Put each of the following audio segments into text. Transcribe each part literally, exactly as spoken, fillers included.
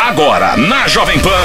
Agora, na Jovem Pan,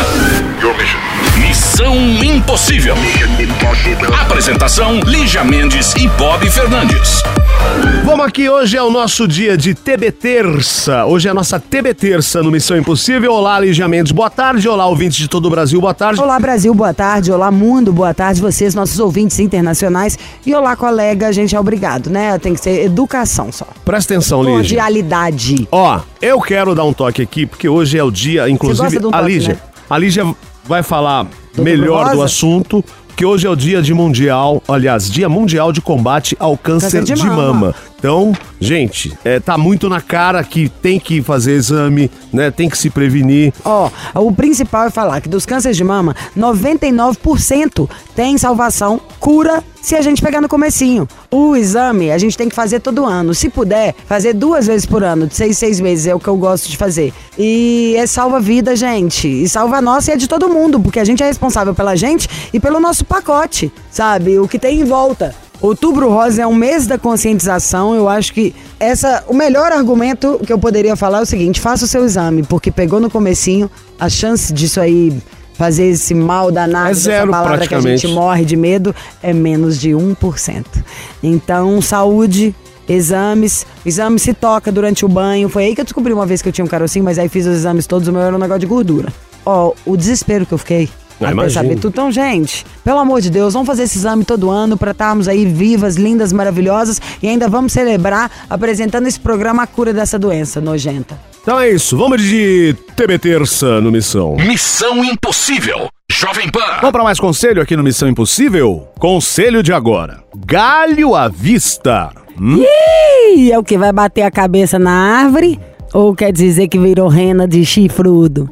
Missão Impossível. Apresentação, Lígia Mendes e Bob Fernandes. Vamos aqui, hoje é o nosso dia de T B Terça. Hoje é a nossa T B Terça no Missão Impossível. Olá, Lígia Mendes, boa tarde. Olá, ouvintes de todo o Brasil, boa tarde. Olá, Brasil, boa tarde. Olá, mundo, boa tarde. Vocês, nossos ouvintes internacionais. E olá, colega, a gente é obrigado, né? Tem que ser educação só. Presta atenção, Lígia. Cordialidade. Ó, eu quero dar um toque aqui, porque hoje é o dia, inclusive, de um a toque, Lígia. Né? A Lígia vai falar Do melhor Rosa? do assunto, que hoje é o dia de mundial, aliás, dia mundial de combate ao câncer, Câncer de de, mama. mama. Então, gente, é, tá muito na cara que tem que fazer exame, né? Tem que se prevenir. Ó, o principal é falar que dos cânceres de mama, noventa e nove por cento tem salvação, cura, se a gente pegar no comecinho. O exame a gente tem que fazer todo ano. Se puder, fazer duas vezes por ano, de seis, seis meses, é o que eu gosto de fazer. E é salva vida, gente. E salva a nossa e é de todo mundo, porque a gente é responsável pela gente e pelo nosso pacote, sabe? O que tem em volta. Outubro Rosa é um mês da conscientização. Eu acho que essa, o melhor argumento que eu poderia falar é o seguinte: faça o seu exame, porque pegou no comecinho, a chance disso aí fazer esse mal danado, É zero, essa palavra que a praticamente. gente morre de medo, é menos de um por cento. Então, saúde, exames, exame se toca durante o banho. Foi aí que eu descobri uma vez que eu tinha um carocinho, mas aí fiz os exames todos, o meu era um negócio de gordura. Ó, o desespero que eu fiquei. Ah, Até imagino. saber tudo. Então, gente, pelo amor de Deus, vamos fazer esse exame todo ano pra estarmos aí vivas, lindas, maravilhosas e ainda vamos celebrar apresentando esse programa A Cura dessa Doença Nojenta. Então é isso, vamos de T B Terça no Missão. Missão Impossível. Jovem Pan. Vamos para mais conselho aqui no Missão Impossível? Conselho de agora. Galho à vista. Hum? Ih, é o que vai bater a cabeça na árvore ou quer dizer que virou rena de chifrudo?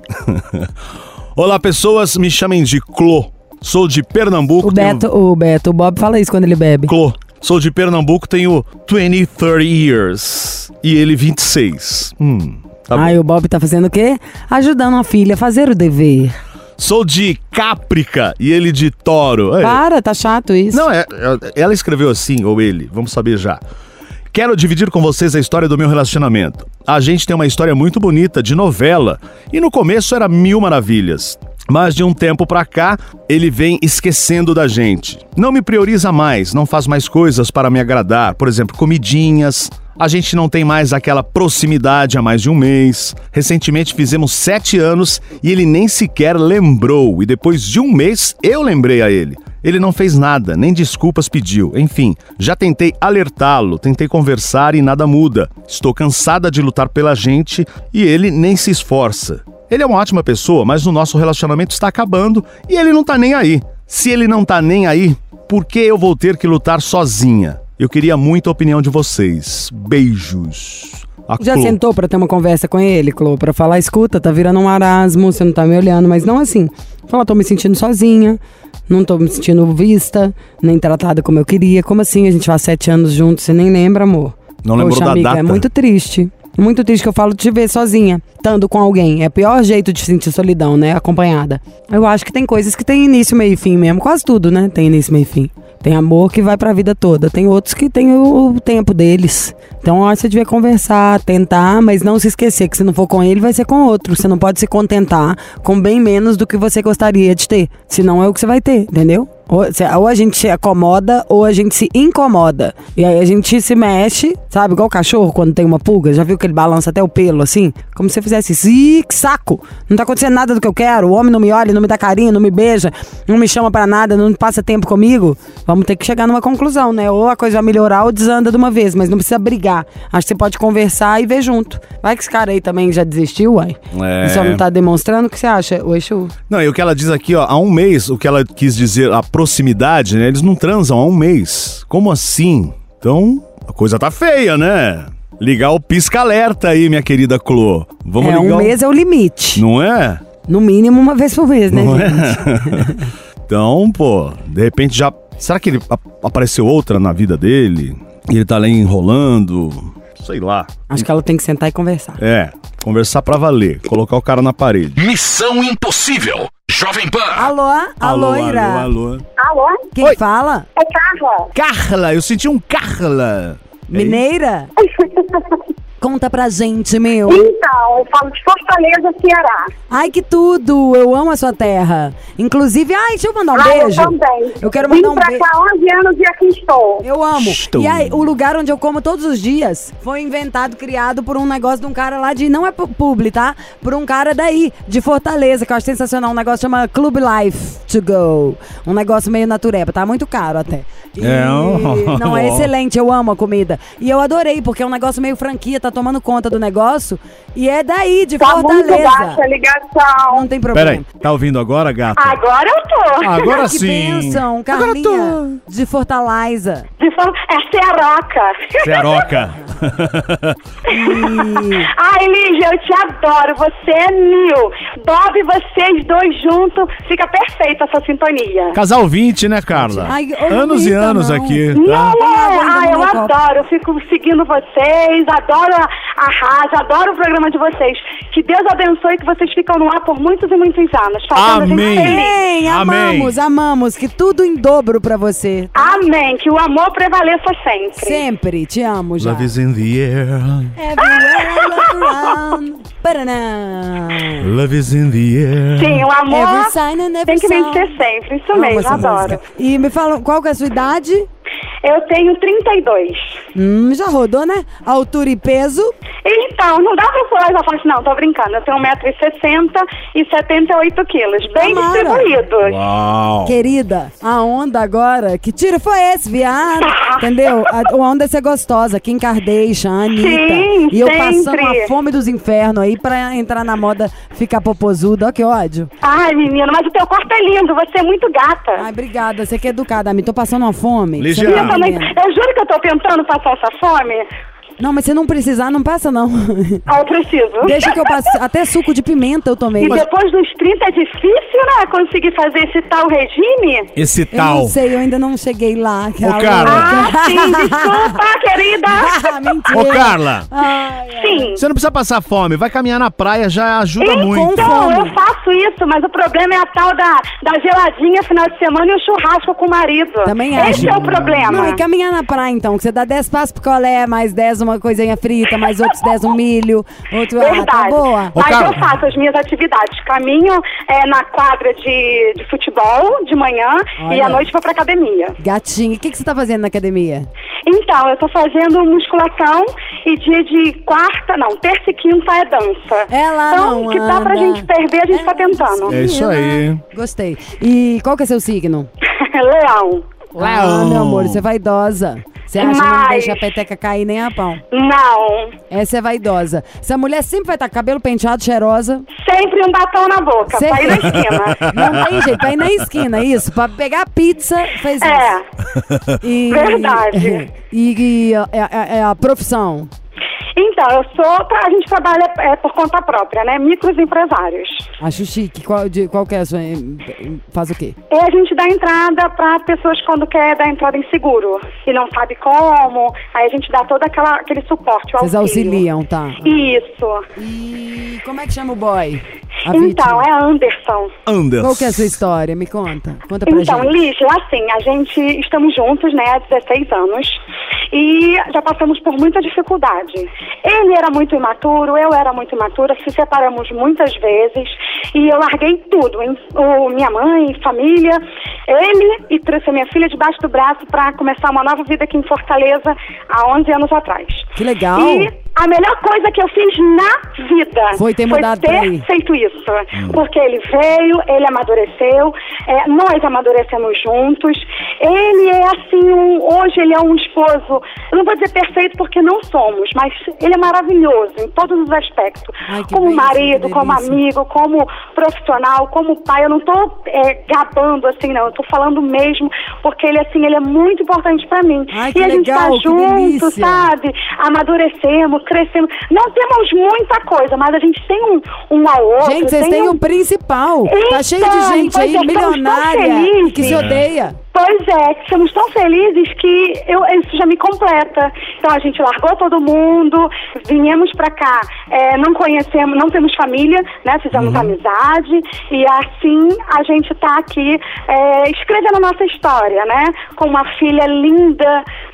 Olá, pessoas, me chamem de Clô. Sou de Pernambuco. O tenho- Beto, o Beto, o Bob fala isso quando ele bebe. Clô. Sou de Pernambuco, tenho vinte, trinta years. E ele vinte e seis. Hum, tá bom. Ai, o Bob tá fazendo o quê? Ajudando a filha a fazer o dever. Sou de Cáprica e ele de Touro. Ei. Para, tá chato isso. Não, é, é- ela escreveu assim, ou ele, vamos saber já. Quero dividir com vocês a história do meu relacionamento. A gente tem uma história muito bonita, de novela, e no começo era mil maravilhas. Mas de um tempo pra cá, ele vem esquecendo da gente. Não me prioriza mais, não faz mais coisas para me agradar, por exemplo, comidinhas. A gente não tem mais aquela proximidade há mais de um mês. Recentemente fizemos sete anos e ele nem sequer lembrou. E depois de um mês, eu lembrei a ele. Ele não fez nada, nem desculpas pediu. Enfim, já tentei alertá-lo, tentei conversar e nada muda. Estou cansada de lutar pela gente e ele nem se esforça. Ele é uma ótima pessoa, mas o nosso relacionamento está acabando e ele não tá nem aí. Se ele não tá nem aí, por que eu vou ter que lutar sozinha? Eu queria muito a opinião de vocês. Beijos. A Já Clô. sentou pra ter uma conversa com ele, Clô? Pra falar, escuta, tá virando um marasmo, você não tá me olhando, mas não assim. Fala, tô me sentindo sozinha, não tô me sentindo vista, nem tratada como eu queria. Como assim a gente faz sete anos juntos, você nem lembra, amor? Não lembrou Poxa, da amiga, data? é muito triste. Muito triste que eu falo de te ver sozinha, estando com alguém. É o pior jeito de sentir solidão, né? Acompanhada. Eu acho que tem coisas que tem início, meio e fim mesmo. Quase tudo, né? Tem início, meio e fim. Tem amor que vai pra vida toda. Tem outros que tem o, o tempo deles. Então, eu acho que você devia conversar, tentar, mas não se esquecer que se não for com ele, vai ser com outro. Você não pode se contentar com bem menos do que você gostaria de ter. Senão é o que você vai ter, entendeu? Ou, cê- ou a gente se acomoda ou a gente se incomoda. E aí a gente se mexe, sabe? Igual o cachorro quando tem uma pulga. Já viu que ele balança até o pelo, assim? Como se você fizesse isso. Ih, que saco! Não tá acontecendo nada do que eu quero. O homem não me olha, não me dá carinho, não me beija, não me chama pra nada, não passa tempo comigo. Vamos ter que chegar numa conclusão, né? Ou a coisa vai melhorar ou desanda de uma vez. Mas não precisa brigar. Acho que você pode conversar e ver junto. Vai que esse cara aí também já desistiu, uai. É. E só não tá demonstrando. O que você acha, o Exu? Não, e o que ela diz aqui, ó, há um mês, o que ela quis dizer, a proximidade, né? Eles não transam há um mês. Como assim? Então, a coisa tá feia, né? Ligar o pisca-alerta aí, minha querida Clô. Vamos é, ligar um o- mês é o limite. Não é? No mínimo uma vez por mês, né, Não gente? é? Então, pô, de repente já... Será que ele a- apareceu outra na vida dele? E ele tá ali enrolando? Sei lá. Acho que ela tem que sentar e conversar. É, conversar pra valer. Colocar o cara na parede. Missão Impossível. Jovem Pan. Alô? Alô, Ira? alô, alô. Alô? Quem Oi. fala? É Carla. Carla, eu senti um Carla. Mineira? Conta pra gente, meu. Então, eu falo de Fortaleza, Ceará. Ai, que tudo! Eu amo a sua terra. Inclusive, ai, deixa eu mandar um Ah, beijo. eu também. Eu quero Vim mandar um pra beijo. cá há onze anos e aqui estou. Eu amo. Estou. E aí, o lugar onde eu como todos os dias foi inventado, criado por um negócio de um cara lá de... Não é pu- publi, tá? Por um cara daí, de Fortaleza, que eu acho sensacional. Um negócio chama Club Life to Go. Um negócio meio natureba. Tá muito caro até. E... É, ó. Não, é excelente. Eu amo a comida. E eu adorei, porque é um negócio meio franquia. Tá tomando conta do negócio. E é daí, de Tá muito Fortaleza. baixa a ligação. Não tem problema. Peraí, tá ouvindo agora, gata? Agora eu tô. Agora Que sim. bênção, Agora Carlinha, de Fortaleza. De São- É Cearoca. Cearoca. E... Ai, Lígia, eu te adoro. Você é mil. Bob e vocês dois juntos. Fica perfeita essa sintonia. Casal vinte, né, Carla? Ai, eu não anos e grita, anos não. aqui, Não tá? é? água ainda Ah, no eu meu copo. adoro. Eu fico seguindo vocês. Adoro a, a rádio. Adoro o programa de vocês. Que Deus abençoe que vocês ficam no ar por muitos e muitos anos. Fazendo a gente Amém. feliz. Amém, Amém. amamos, amamos. Que tudo em dobro pra você. Amém. Que o amor prevaleça sempre. Sempre, te amo já. Love is in the air. Everywhere I look around. Paraná. Love is in the air. Sim, o amor Every sign and every tem que sound. vencer sempre. Isso Amo mesmo, essa adoro. música. E me fala, qual que é a sua idade? Eu tenho trinta e dois. Hum, já rodou, né? Altura e peso? Então, não dá pra pular essa parte, não, tô brincando. Eu tenho um metro e sessenta e setenta e oito quilos. Bem Amara. distribuídos. Uau. Querida, a onda agora, que tiro foi esse, viado? Entendeu? A, a onda é ser gostosa, Kim Kardashian, a Anitta. Sim, e eu sempre. passando a fome dos infernos aí pra entrar na moda, ficar popozuda. Ó que ódio. Ai, menino, mas o teu corpo é lindo, você é muito gata. Ai, obrigada, você que é educada, me tô passando uma fome. Lígia. Você não eu, tá também, entendendo. eu juro que eu tô tentando passar essa fome. Não, mas se não precisar, não passa não. Ah, eu preciso. Deixa que eu passe, até suco de pimenta eu tomei. E depois dos trinta é difícil, né? Conseguir fazer esse tal regime? Esse Eu tal. não sei, eu ainda não cheguei lá. Ô, Carla. Ah, sim, desculpa, querida. Ah, mentira. Ô, Carla, Ai, Sim. você não precisa passar fome. Vai caminhar na praia, já ajuda Então, muito. Então, eu faço isso, mas o problema é a tal da, da geladinha final de semana e o churrasco com o marido. Também Esse acho. é o problema. Não, e caminhar na praia, então, que você dá dez passos pro colé, mais dez uma coisinha frita, mais outros dez um milho, outro... Ah, tá Verdade. boa. Ô, Mas Carla. eu faço as minhas atividades. Caminho é, na quadra de, de futebol de manhã Olha. e à noite vou pra academia. Gatinho, o que, que você tá fazendo na academia? Então, eu tô fazendo musculação e dia de quarta, não, terça e quinta é dança. Ela então, não que dá pra anda. gente perder, a gente tá tentando. É isso aí. Gostei. E qual que é seu signo? Leão. Ah, meu amor, você é vaidosa. Você acha que não Mas- deixa a peteca cair nem a pão. Não. Essa é vaidosa. Essa mulher sempre vai estar com cabelo penteado, cheirosa. Sempre um batom na boca, Sempre. pra ir na esquina. Não tem jeito, pra ir na esquina, isso. Pra pegar pizza, fez isso. É. E, Verdade. E, e a, a- a- a profissão? Então, eu sou, pra, a gente trabalha é, por conta própria, né? Micros empresários. Acho chique. Qual, de, qual que é a sua... Faz o quê? E a gente dá entrada pra pessoas quando quer dar entrada em seguro e não sabe como. Aí a gente dá todo aquela, aquele suporte, o Vocês auxílio. auxiliam, tá? Isso. E como é que chama o boy? A Então, vítima? é Anderson. Anderson. Qual que é a sua história? Me conta. Conta pra Então, gente. Lígia, assim, a gente estamos juntos, né, há dezesseis anos e já passamos por muita dificuldade. Ele era muito imaturo, eu era muito imatura, se separamos muitas vezes e eu larguei tudo, hein? O, minha mãe, família, ele, e trouxe a minha filha debaixo do braço para começar uma nova vida aqui em Fortaleza há onze anos atrás. Que legal. E a melhor coisa que eu fiz na vida Foi ter mudado pra aí. ter feito isso. Porque ele veio, ele amadureceu, é, nós amadurecemos juntos. Ele é assim, um, hoje ele é um esposo, eu não vou dizer perfeito porque não somos, mas ele é maravilhoso em todos os aspectos. Ai, que como bênção, marido, que como delícia. amigo, como profissional, como pai. Eu não tô é, gabando assim, não. Eu tô falando mesmo porque ele, assim, ele é muito importante pra mim. Ai, que e a gente legal, tá que junto, delícia. sabe? Amadurecemos, crescemos. Não temos muita coisa, mas a gente tem um, um ao outro. Gente, vocês tem têm um... o principal. Tá Então, cheio de gente pois aí, é, estamos tão milionária, felizes. que se odeia. Pois é, que somos tão felizes que eu, isso já me completa. Então a gente largou todo mundo, viemos pra cá, é, não conhecemos, não temos família, né? Fizemos amizade e assim a gente tá aqui é, escrevendo a nossa história, né? Com uma filha linda,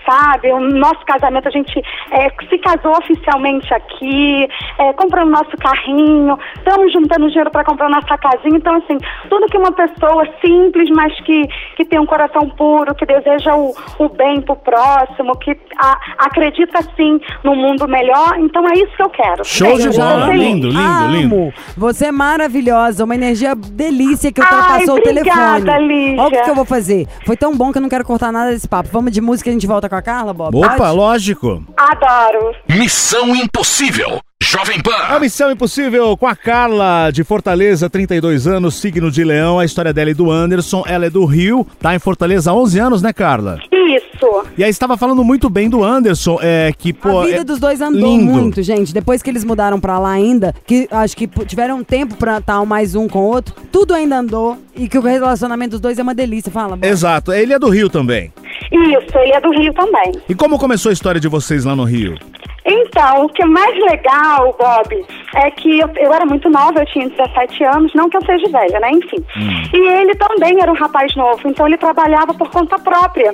sabe? O nosso casamento, a gente é, se casou oficialmente aqui, é, comprando nosso carrinho, estamos juntando dinheiro para comprar nossa casinha. Então, assim, tudo que uma pessoa simples, mas que, que tem um coração puro, que deseja o, o bem pro próximo, que a, acredita, sim, num mundo melhor. Então, é isso que eu quero. Show é, de bola, lindo, lindo, Amo. lindo. Você é maravilhosa, uma energia delícia que ultrapassou Ai, o telefone. obrigada, Lígia. Olha o que eu vou fazer. Foi tão bom que eu não quero cortar nada desse papo. Vamos de música e a gente volta com a Carla, Bob? Opa, Pode? lógico. Adoro. Missão Impossível. Jovem A Pan. Missão Impossível com a Carla, de Fortaleza, trinta e dois anos, signo de Leão. A história dela é do Anderson, ela é do Rio, tá em Fortaleza há onze anos, né, Carla? Isso. E aí estava falando muito bem do Anderson, é que, pô... A vida é dos dois andou lindo. muito, gente. Depois que eles mudaram pra lá ainda, que acho que p- tiveram tempo pra estar mais um com o outro, tudo ainda andou e que o relacionamento dos dois é uma delícia. Fala, Bob. Exato, ele é do Rio também. Isso, ele é do Rio também. E como começou a história de vocês lá no Rio? Então, o que é mais legal, Bob, é que eu, eu era muito nova, eu tinha dezessete anos, não que eu seja velha, né, enfim. Hum. E ele também era um rapaz novo, então ele trabalhava por conta própria.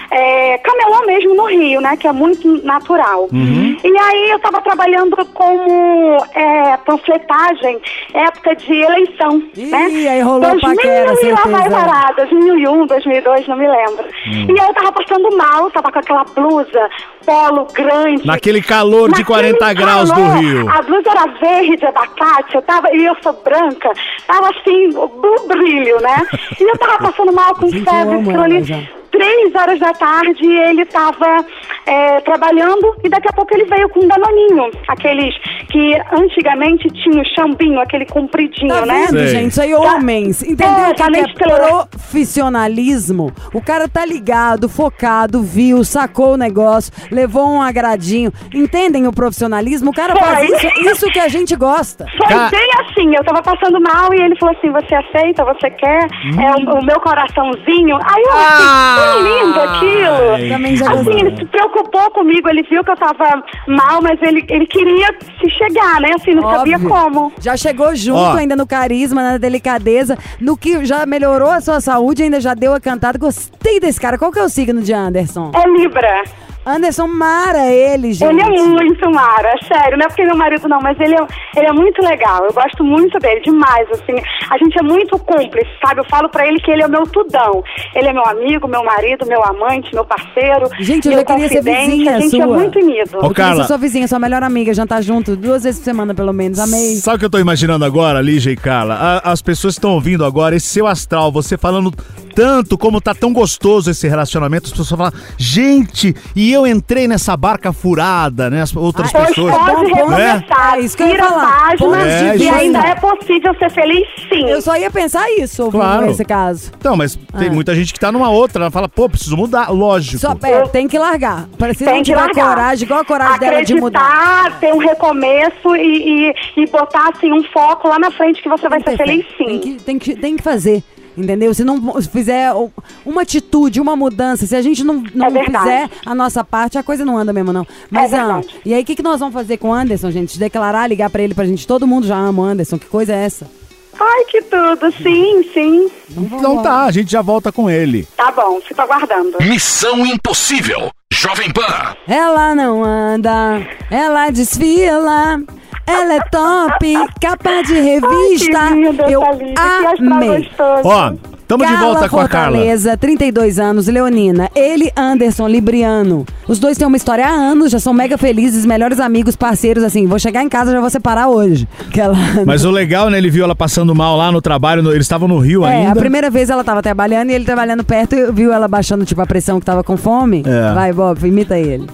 É, camelô mesmo no Rio, né, que é muito natural. Uhum. E aí eu estava trabalhando como é, panfletagem, época de eleição, Ih, né? aí rolou paquera, dois mil e lá vai certeza. parar, dois mil e um, dois mil e dois, não me lembro. Hum. E aí eu tava passando mal, tava com aquela blusa polo grande. Naquele calor de quarenta graus do Rio. A blusa era verde, abacate, eu tava, e eu sou branca, tava assim, do brilho, né? E eu tava passando mal com Gente, eu febre, amo aquilo ela ali. já. Três horas da tarde ele estava é, trabalhando e daqui a pouco ele veio com um danoninho. Aqueles que antigamente tinha o chambinho, aquele compridinho, Tá né? vendo, Sei. gente? Isso aí, homens. Entendeu É, o que, tá na que é estrela. profissionalismo? O cara tá ligado, focado, viu, sacou o negócio, levou um agradinho. Entendem o profissionalismo? O cara Foi. faz isso, isso que a gente gosta. Foi Ca- bem assim, eu tava passando mal e ele falou assim, você aceita, você quer? Hum. É o, o meu coraçãozinho. Aí eu Ah, achei tão lindo aquilo. Também já Assim, gostei. ele se preocupou comigo, ele viu que eu tava mal, mas ele, ele queria se chegar, né? Assim, não sabia Óbvio. como. Já chegou junto, Ó. ainda no carisma, na delicadeza, no que já melhorou a sua saúde, ainda já deu a cantada. Gostei desse cara. Qual que é o signo de Anderson? É Libra. Anderson mara ele, gente. Ele é muito mara, sério, não é porque meu marido não, mas ele é, ele é muito legal, eu gosto muito dele, demais, assim, a gente é muito cúmplice, sabe, eu falo pra ele que ele é o meu tudão, ele é meu amigo, meu marido, meu amante, meu parceiro, Gente, eu meu já queria ser confidente, vizinha a gente sua. é muito unido. Ô, Eu queria Carla. ser sua vizinha, sua melhor amiga, jantar junto duas vezes por semana, pelo menos. Amei. Sabe o que eu tô imaginando agora, Lígia e Carla? A- as pessoas estão ouvindo agora esse seu astral, você falando tanto como tá tão gostoso esse relacionamento, as pessoas falam, gente, e eu entrei nessa barca furada, né? As outras Ai, pessoas. Pois pode bom, bom, recomeçar, é isso que eu ia vira a falar. página É, e isso aí. ainda é possível ser feliz, sim. Eu só ia pensar isso, ouvindo Claro. esse caso. Então, mas tem Ah. muita gente que tá numa outra, ela fala, pô, preciso mudar, lógico. Só, é, tem que largar. Se não Tem que tiver largar. coragem, igual a coragem dela de mudar. Acreditar, ter um recomeço e, e, e botar assim um foco lá na frente que você vai ser feliz, sim. Tem que, tem, que, tem que fazer. Entendeu? Se não fizer uma atitude, uma mudança, se a gente não, não É verdade. fizer a nossa parte, a coisa não anda mesmo, não. Mas, É ah, verdade. e aí, o que, que nós vamos fazer com o Anderson, gente? Declarar, ligar pra ele, pra gente. Todo mundo já ama o Anderson. Que coisa é essa? Ai, que tudo, sim, sim. Então tá, a gente já volta com ele. Tá bom, fico aguardando. Missão Impossível. Jovem Pan. Ela não anda, ela desfila, ela é top, capa de revista. Ai, que linda, Eu Thalita, que astral amei. gostoso. Ó, tamo de volta com a Carla. Fortaleza, trinta e dois anos, leonina. Ele, Anderson, libriano. Os dois têm uma história há anos, já são mega felizes, melhores amigos, parceiros, assim. Vou chegar em casa, já vou separar hoje. Que ela... Mas o legal, né, ele viu ela passando mal lá no trabalho, no- eles estavam no Rio É, ainda. a primeira vez ela tava trabalhando e ele trabalhando perto e viu ela baixando, tipo, a pressão que tava com fome. É. Vai, Bob, imita ele.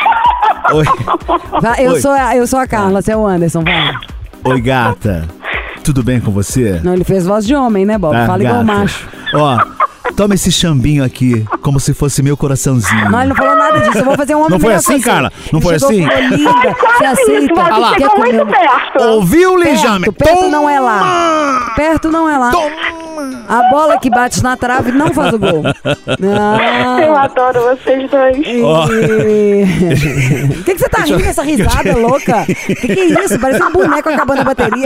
Oi. Vai, eu, Oi. sou, a- eu sou a Carla, você é o Anderson, vai. Oi, gata. Tudo bem com você? Não, ele fez voz de homem, né, Bob? Ah, Fala igual gata. macho. Ó, toma esse chambinho aqui, como se fosse meu coraçãozinho. Não, ele não falou nada disso. Eu vou fazer um homem Não foi melhor assim, que você. Carla? Não Ele foi chegou assim? e falou, linda, Ai, você quase isso, aceita? você Ah lá. chegou muito comer? perto. Ouviu, Lijame? Perto, perto não é lá. Perto não é lá. A bola que bate na trave não faz o gol. Eu Não. adoro vocês dois. Ó. O que, que você tá rindo essa risada louca? O que, que é isso? Parece um boneco acabando a bateria.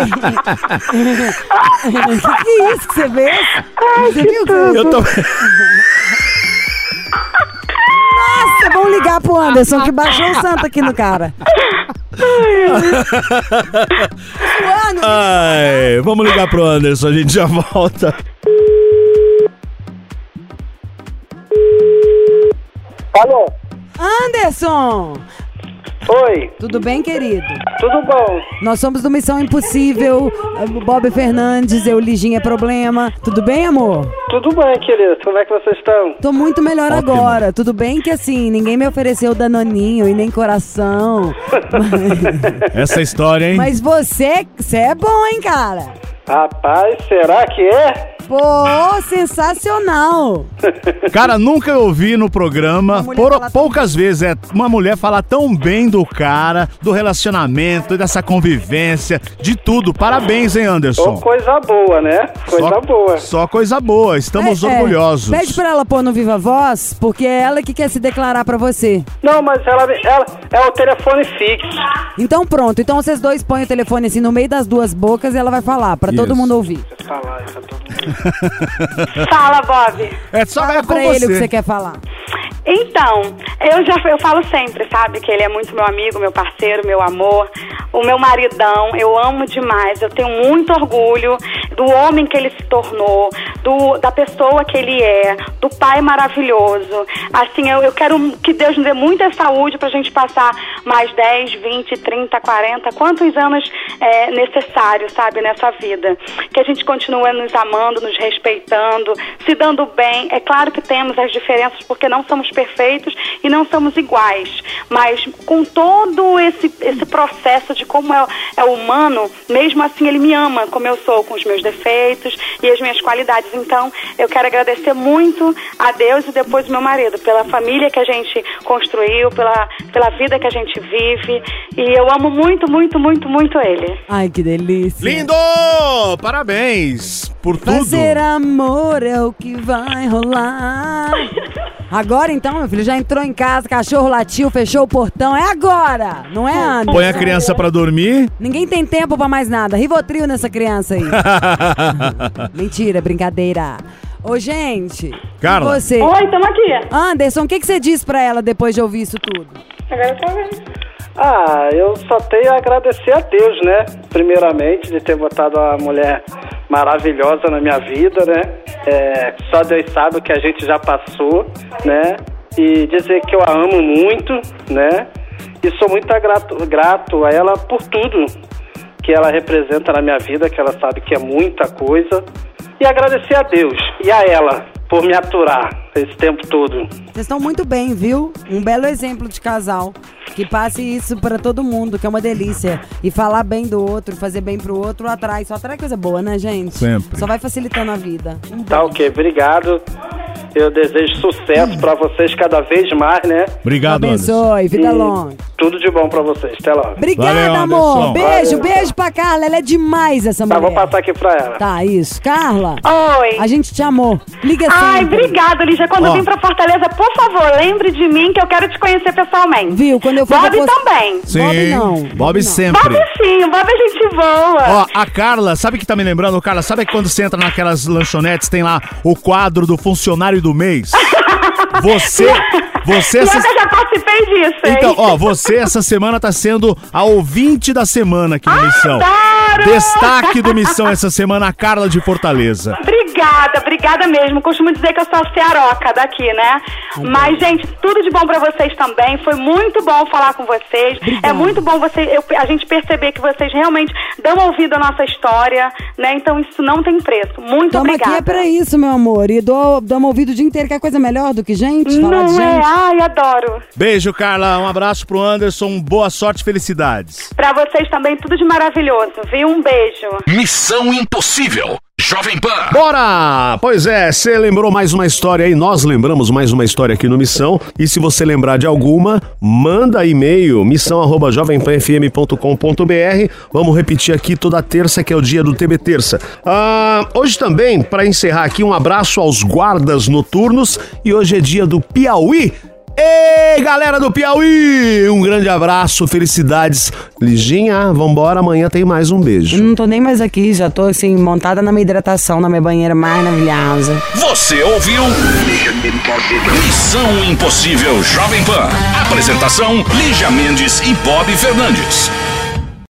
O que, que é isso que você fez? Você viu? Eu tô... Nossa, vamos ligar pro Anderson, que baixou o santo aqui no cara. Ai, vamos ligar pro Anderson, a gente já volta. Alô? Anderson! Oi, Tudo bem, querido? tudo bom? Nós somos do Missão Impossível, Bob Fernandes, eu, Liginha Problema. Tudo bem, amor? Tudo bem, querido. Como é que vocês estão? Tô muito melhor Ótimo. agora. Tudo bem que, assim, ninguém me ofereceu danoninho e nem coração. Essa história, hein? Mas você, você é bom, hein, cara? Rapaz, será que é? Pô, sensacional. Cara, nunca ouvi no programa, Uma mulher por, falar poucas vezes, é uma mulher falar tão bem do cara, do relacionamento, dessa convivência, de tudo. Parabéns, hein, Ô, Anderson? coisa boa, né? Coisa só, boa. Só coisa boa, estamos É, é, orgulhosos. Pede pra ela pôr no Viva Voz, porque é ela que quer se declarar pra você. Não, mas ela, ela é o telefone fixo. Então pronto, então vocês dois põem o telefone assim no meio das duas bocas e ela vai falar, pra todo Isso. mundo ouvir. Falar isso a todo mundo. Fala, Bob. É só Fala é com pra você. ele o que você quer falar. Então, eu já eu falo sempre, sabe, que ele é muito meu amigo, meu parceiro, meu amor, o meu maridão, eu amo demais, eu tenho muito orgulho do homem que ele se tornou, do, da pessoa que ele é, do pai maravilhoso. Assim, eu, eu quero que Deus nos dê muita saúde pra gente passar mais dez, vinte, trinta, quarenta, quantos anos é necessário, sabe, nessa vida. Que a gente continue nos amando, nos respeitando, se dando bem. É claro que temos as diferenças porque não somos perfeitos e não somos iguais, mas com todo esse, esse processo de como é, é humano, mesmo assim ele me ama como eu sou, com os meus defeitos e as minhas qualidades. Então eu quero agradecer muito a Deus e depois o meu marido, pela família que a gente construiu, pela, pela vida que a gente vive, e eu amo muito, muito, muito, muito ele. Ai, que delícia. Lindo! Parabéns por tudo. Fazer amor é o que vai rolar. Agora então, meu filho, já entrou em casa, cachorro latiu, fechou o portão. É agora, não é antes. Põe a criança pra dormir. Ninguém tem tempo pra mais nada. Rivotril nessa criança aí. Mentira, brincadeira. Ô, gente. Carla. E você? Oi, tamo aqui. Anderson, o que, que você disse pra ela depois de ouvir isso tudo? Agora eu tô vendo. Ah, eu só tenho a agradecer a Deus, né? Primeiramente, de ter botado uma mulher maravilhosa na minha vida, né? É, só Deus sabe o que a gente já passou, né? E dizer que eu a amo muito, né? E sou muito grato, grato a ela por tudo que ela representa na minha vida, que ela sabe que é muita coisa. E agradecer a Deus e a ela por me aturar esse tempo todo. Vocês estão muito bem, viu? Um belo exemplo de casal. Que passe isso pra todo mundo, que é uma delícia. E falar bem do outro, fazer bem pro outro, atrai. Só atrai coisa boa, né, gente? Sempre. Só vai facilitando a vida. Um Tá beijo. ok, obrigado. Eu desejo sucesso pra vocês cada vez mais, né? Obrigado, Anderson. Abençoe, vida E longa. tudo de bom pra vocês. Até logo. Obrigada, Valeu, amor. Anderson. Beijo, Valeu. beijo pra Carla. Ela é demais, essa Tá, mulher. vou passar aqui pra ela. Tá, isso. Carla, Oi. a gente te amou. Liga Ai, sempre. obrigada, Lígia. Quando Ó. eu vim pra Fortaleza, por favor, lembre de mim que eu quero te conhecer pessoalmente. Viu? Quando eu for Bob depois- também. Sim. Bob não. Bob, Bob não. sempre. Bob sim, o Bob é gente boa. Ó, a Carla, sabe o que tá me lembrando, Carla? Sabe que quando você entra naquelas lanchonetes, tem lá o quadro do funcionário do mês? Você, você... E eu essa- já participei disso, hein? Então, ó, você essa semana tá sendo a ouvinte da semana aqui no Missão. Adoro! Destaque do Missão essa semana, a Carla de Fortaleza. Obrigada, obrigada mesmo. Costumo dizer que eu sou a cearoca daqui, né? Mas, gente, tudo de bom pra vocês também. Foi muito bom falar com vocês. Obrigada. É muito bom você, eu- a gente perceber que vocês realmente dão ouvido à nossa história, né? Então isso não tem preço. Muito Tamo obrigada. aqui é pra isso, meu amor. E dou, dou uma ouvido o dia inteiro, que é coisa melhor do que gente, falar Não de é? gente. Ai, adoro. Beijo, Carla. Um abraço pro Anderson. Boa sorte e felicidades. Pra vocês também, tudo de maravilhoso, viu? Um beijo. Missão Impossível. Jovem Pan. Bora! Pois é, você lembrou mais uma história aí, nós lembramos mais uma história aqui no Missão, e se você lembrar de alguma, manda e-mail, missão arroba jovem pan f m ponto com ponto b r. Vamos repetir aqui toda terça, que é o dia do T B Terça. Ah, hoje também, para encerrar aqui, um abraço aos guardas noturnos, e hoje é dia do Piauí. Ei, galera do Piauí! Um grande abraço, felicidades. Liginha, vambora, amanhã tem mais um beijo. Não tô nem mais aqui, já tô assim, montada na minha hidratação, na minha banheira maravilhosa. Você ouviu? Missão Impossível Jovem Pan. Apresentação: Lígia Mendes e Bob Fernandes.